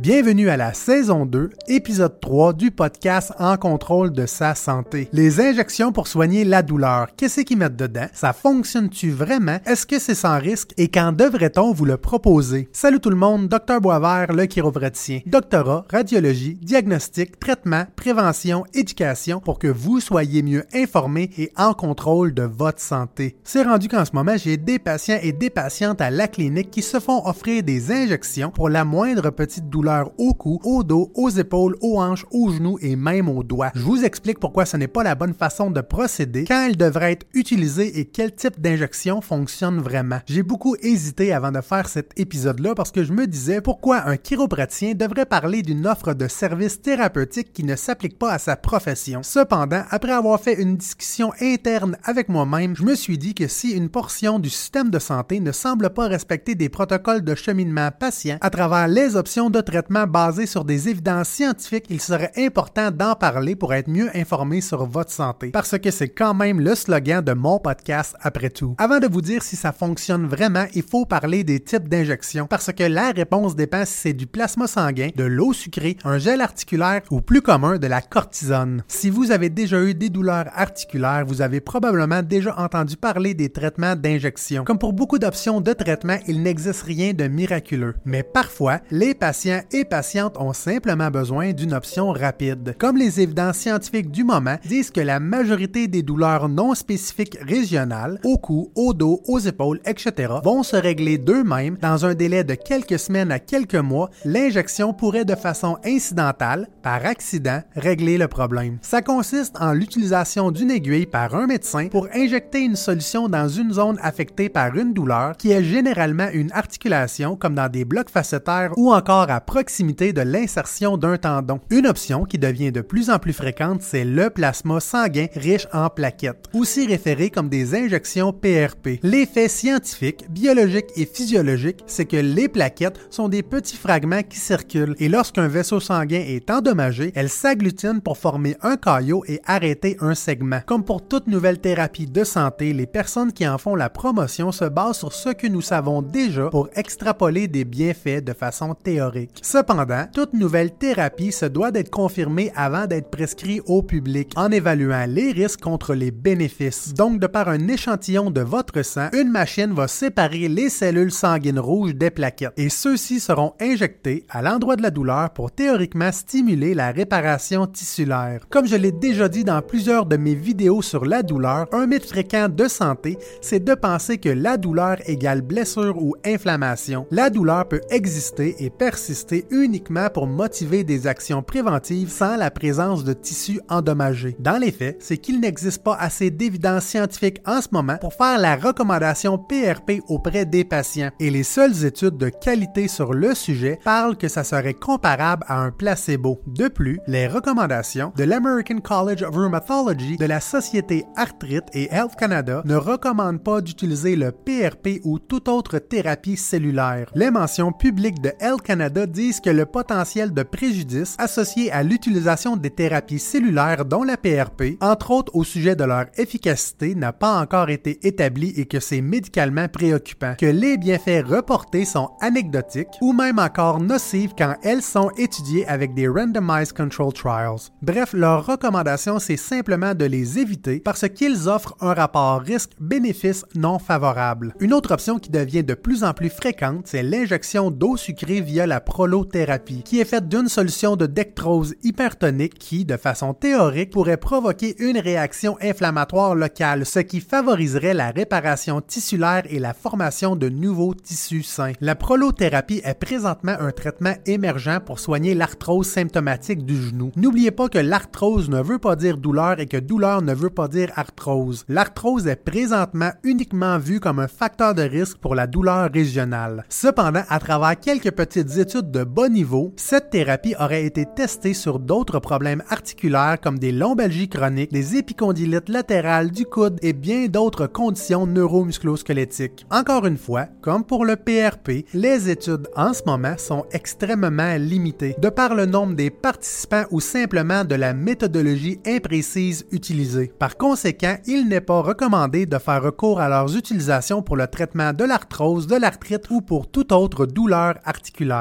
Bienvenue à la saison 2, épisode 3 du podcast En contrôle de sa santé. Les injections pour soigner la douleur, qu'est-ce qu'ils mettent dedans? Ça fonctionne-tu vraiment? Est-ce que c'est sans risque? Et quand devrait-on vous le proposer? Salut tout le monde, Dr Boisvert, le chiropraticien. Doctorat, radiologie, diagnostic, traitement, prévention, éducation pour que vous soyez mieux informés et en contrôle de votre santé. C'est rendu qu'en ce moment, j'ai des patients et des patientes à la clinique qui se font offrir des injections pour la moindre petite douleur au cou, au dos, aux épaules, aux hanches, aux genoux et même aux doigts. Je vous explique pourquoi ce n'est pas la bonne façon de procéder, quand elle devrait être utilisée et quel type d'injection fonctionne vraiment. J'ai beaucoup hésité avant de faire cet épisode-là parce que je me disais pourquoi un chiropraticien devrait parler d'une offre de service thérapeutique qui ne s'applique pas à sa profession. Cependant, après avoir fait une discussion interne avec moi-même, je me suis dit que si une portion du système de santé ne semble pas respecter des protocoles de cheminement patient à travers les options de traitement basés sur des évidences scientifiques, il serait important d'en parler pour être mieux informé sur votre santé. Parce que c'est quand même le slogan de mon podcast après tout. Avant de vous dire si ça fonctionne vraiment, il faut parler des types d'injections. Parce que la réponse dépend si c'est du plasma sanguin, de l'eau sucrée, un gel articulaire ou plus commun, de la cortisone. Si vous avez déjà eu des douleurs articulaires, vous avez probablement déjà entendu parler des traitements d'injection. Comme pour beaucoup d'options de traitement, il n'existe rien de miraculeux. Mais parfois, les patients et patientes ont simplement besoin d'une option rapide. Comme les évidences scientifiques du moment disent que la majorité des douleurs non spécifiques régionales, au cou, au dos, aux épaules, etc., vont se régler d'eux-mêmes dans un délai de quelques semaines à quelques mois, l'injection pourrait de façon incidentale, par accident, régler le problème. Ça consiste en l'utilisation d'une aiguille par un médecin pour injecter une solution dans une zone affectée par une douleur qui est généralement une articulation comme dans des blocs facétaires ou encore à proximité de l'insertion d'un tendon. Une option qui devient de plus en plus fréquente, c'est le plasma sanguin riche en plaquettes, aussi référé comme des injections PRP. L'effet scientifique, biologique et physiologique, c'est que les plaquettes sont des petits fragments qui circulent et lorsqu'un vaisseau sanguin est endommagé, elles s'agglutinent pour former un caillot et arrêter un segment. Comme pour toute nouvelle thérapie de santé, les personnes qui en font la promotion se basent sur ce que nous savons déjà pour extrapoler des bienfaits de façon théorique. Cependant, toute nouvelle thérapie se doit d'être confirmée avant d'être prescrite au public en évaluant les risques contre les bénéfices. Donc, de par un échantillon de votre sang, une machine va séparer les cellules sanguines rouges des plaquettes et ceux-ci seront injectés à l'endroit de la douleur pour théoriquement stimuler la réparation tissulaire. Comme je l'ai déjà dit dans plusieurs de mes vidéos sur la douleur, un mythe fréquent de santé, c'est de penser que la douleur égale blessure ou inflammation. La douleur peut exister et persister uniquement pour motiver des actions préventives sans la présence de tissus endommagés. Dans les faits, c'est qu'il n'existe pas assez d'évidence scientifique en ce moment pour faire la recommandation PRP auprès des patients et les seules études de qualité sur le sujet parlent que ça serait comparable à un placebo. De plus, les recommandations de l'American College of Rheumatology, de la Société Arthrite et Health Canada ne recommandent pas d'utiliser le PRP ou toute autre thérapie cellulaire. Les mentions publiques de Health Canada disent que le potentiel de préjudice associé à l'utilisation des thérapies cellulaires dont la PRP, entre autres au sujet de leur efficacité, n'a pas encore été établi et que c'est médicalement préoccupant, que les bienfaits reportés sont anecdotiques ou même encore nocives quand elles sont étudiées avec des randomized control trials. Bref, leur recommandation, c'est simplement de les éviter parce qu'ils offrent un rapport risque-bénéfice non favorable. Une autre option qui devient de plus en plus fréquente, c'est l'injection d'eau sucrée via la prolothérapie, qui est faite d'une solution de dextrose hypertonique qui, de façon théorique, pourrait provoquer une réaction inflammatoire locale, ce qui favoriserait la réparation tissulaire et la formation de nouveaux tissus sains. La prolothérapie est présentement un traitement émergent pour soigner l'arthrose symptomatique du genou. N'oubliez pas que l'arthrose ne veut pas dire douleur et que douleur ne veut pas dire arthrose. L'arthrose est présentement uniquement vue comme un facteur de risque pour la douleur régionale. Cependant, à travers quelques petites études de bas niveau, cette thérapie aurait été testée sur d'autres problèmes articulaires comme des lombalgies chroniques, des épicondylites latérales du coude et bien d'autres conditions neuromusculosquelettiques. Encore une fois, comme pour le PRP, les études en ce moment sont extrêmement limitées, de par le nombre des participants ou simplement de la méthodologie imprécise utilisée. Par conséquent, il n'est pas recommandé de faire recours à leurs utilisations pour le traitement de l'arthrose, de l'arthrite ou pour toute autre douleur articulaire. En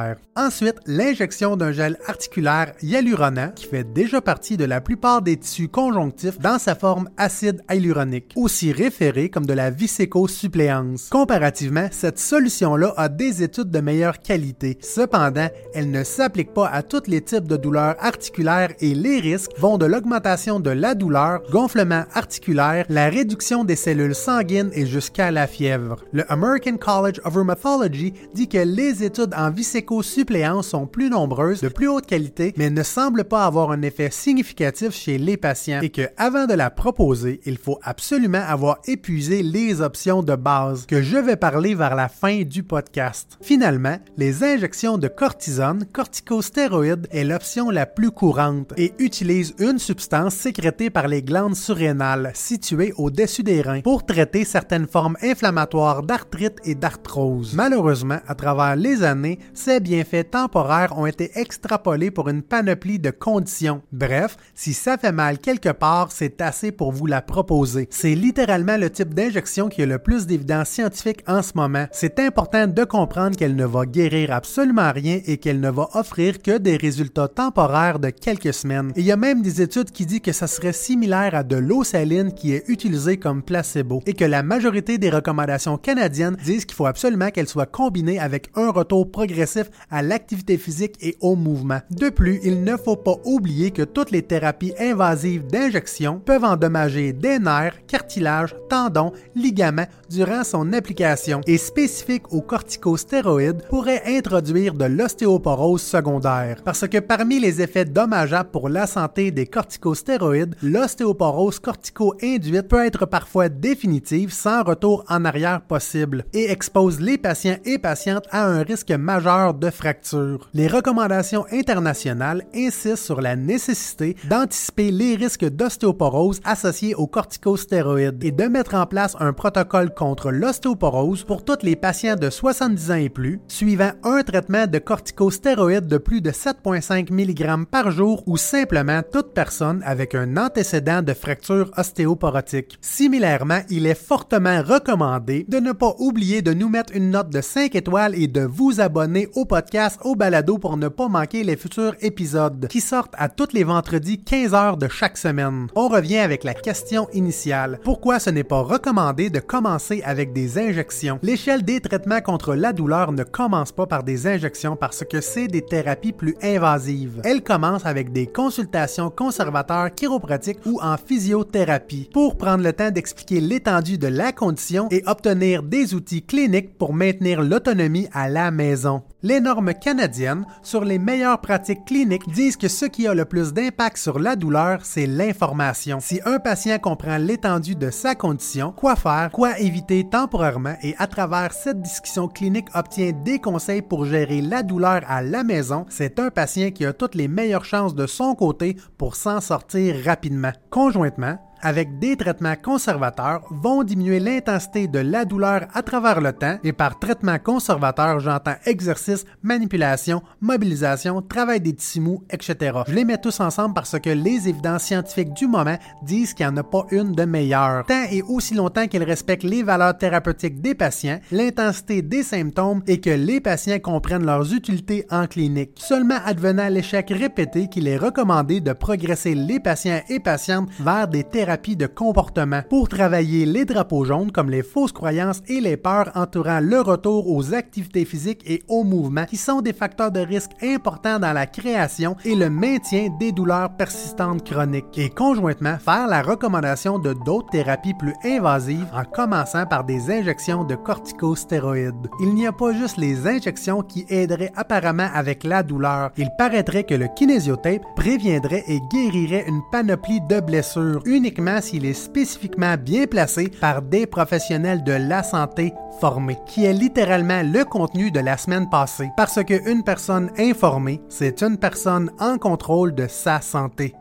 Ensuite, l'injection d'un gel articulaire hyaluronant qui fait déjà partie de la plupart des tissus conjonctifs dans sa forme acide hyaluronique, aussi référée comme de la viscécosuppléance. Comparativement, cette solution-là a des études de meilleure qualité. Cependant, elle ne s'applique pas à tous les types de douleurs articulaires et les risques vont de l'augmentation de la douleur, gonflement articulaire, la réduction des cellules sanguines et jusqu'à la fièvre. Le American College of Rheumatology dit que les études en viscécosuppléance sont plus nombreuses, de plus haute qualité, mais ne semblent pas avoir un effet significatif chez les patients et que, avant de la proposer, il faut absolument avoir épuisé les options de base que je vais parler vers la fin du podcast. Finalement, les injections de cortisone, corticostéroïdes, est l'option la plus courante et utilise une substance sécrétée par les glandes surrénales situées au-dessus des reins pour traiter certaines formes inflammatoires d'arthrite et d'arthrose. Malheureusement, à travers les années, ces bienfaits temporaires ont été extrapolés pour une panoplie de conditions. Bref, si ça fait mal quelque part, c'est assez pour vous la proposer. C'est littéralement le type d'injection qui a le plus d'évidence scientifique en ce moment. C'est important de comprendre qu'elle ne va guérir absolument rien et qu'elle ne va offrir que des résultats temporaires de quelques semaines. Et il y a même des études qui disent que ça serait similaire à de l'eau saline qui est utilisée comme placebo et que la majorité des recommandations canadiennes disent qu'il faut absolument qu'elle soit combinée avec un retour progressif à l'activité physique et au mouvement. De plus, il ne faut pas oublier que toutes les thérapies invasives d'injection peuvent endommager des nerfs, cartilages, tendons, ligaments durant son application et spécifique aux corticostéroïdes pourrait introduire de l'ostéoporose secondaire. Parce que parmi les effets dommageables pour la santé des corticostéroïdes, l'ostéoporose cortico-induite peut être parfois définitive sans retour en arrière possible et expose les patients et patientes à un risque majeur de fracture. Les recommandations internationales insistent sur la nécessité d'anticiper les risques d'ostéoporose associés aux corticostéroïdes et de mettre en place un protocole contre l'ostéoporose pour tous les patients de 70 ans et plus, suivant un traitement de corticostéroïdes de plus de 7,5 mg par jour ou simplement toute personne avec un antécédent de fracture ostéoporotique. Similairement, il est fortement recommandé de ne pas oublier de nous mettre une note de 5 étoiles et de vous abonner au podcast, au balado pour ne pas manquer les futurs épisodes qui sortent à tous les vendredis 15h de chaque semaine. On revient avec la question initiale. Pourquoi ce n'est pas recommandé de commencer avec des injections? L'échelle des traitements contre la douleur ne commence pas par des injections parce que c'est des thérapies plus invasives. Elle commence avec des consultations conservateurs chiropratiques ou en physiothérapie pour prendre le temps d'expliquer l'étendue de la condition et obtenir des outils cliniques pour maintenir l'autonomie à la maison. Les normes canadiennes sur les meilleures pratiques cliniques disent que ce qui a le plus d'impact sur la douleur, c'est l'information. Si un patient comprend l'étendue de sa condition, quoi faire, quoi éviter temporairement et à travers cette discussion clinique obtient des conseils pour gérer la douleur à la maison, c'est un patient qui a toutes les meilleures chances de son côté pour s'en sortir rapidement. Conjointement, avec des traitements conservateurs, vont diminuer l'intensité de la douleur à travers le temps et par traitement conservateur, j'entends exercice, manipulation, mobilisation, travail des tissus mous, etc. Je les mets tous ensemble parce que les évidences scientifiques du moment disent qu'il n'y en a pas une de meilleure. Tant et aussi longtemps qu'elles respectent les valeurs thérapeutiques des patients, l'intensité des symptômes et que les patients comprennent leurs utilités en clinique. Seulement advenant l'échec répété qu'il est recommandé de progresser les patients et patientes vers des thérapies de comportement pour travailler les drapeaux jaunes comme les fausses croyances et les peurs entourant le retour aux activités physiques et au mouvement qui sont des facteurs de risque importants dans la création et le maintien des douleurs persistantes chroniques et conjointement faire la recommandation de d'autres thérapies plus invasives en commençant par des injections de corticostéroïdes. Il n'y a pas juste les injections qui aideraient apparemment avec la douleur. Il paraîtrait que le kinésiotape préviendrait et guérirait une panoplie de blessures uniquement s'il est spécifiquement bien placé par des professionnels de la santé formés, qui est littéralement le contenu de la semaine passée, parce qu'une personne informée, c'est une personne en contrôle de sa santé.